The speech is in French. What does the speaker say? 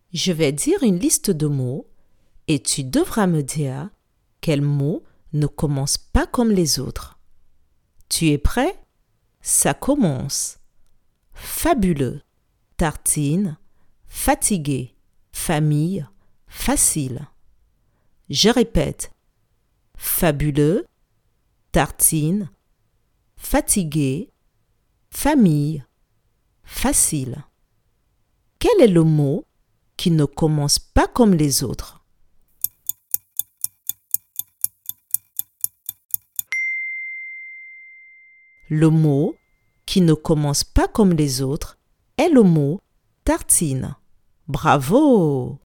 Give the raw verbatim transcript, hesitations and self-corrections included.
Je vais dire une liste de mots et tu devras me dire quel mot ne commence pas comme les autres. Tu es prêt? Ça commence. Fabuleux, tartine, fatigué, famille, facile. Je répète. Fabuleux, tartine, fatigué, famille, facile. Quel est le mot qui ne commence pas comme les autres? Le mot qui ne commence pas comme les autres est le mot tartine. Bravo!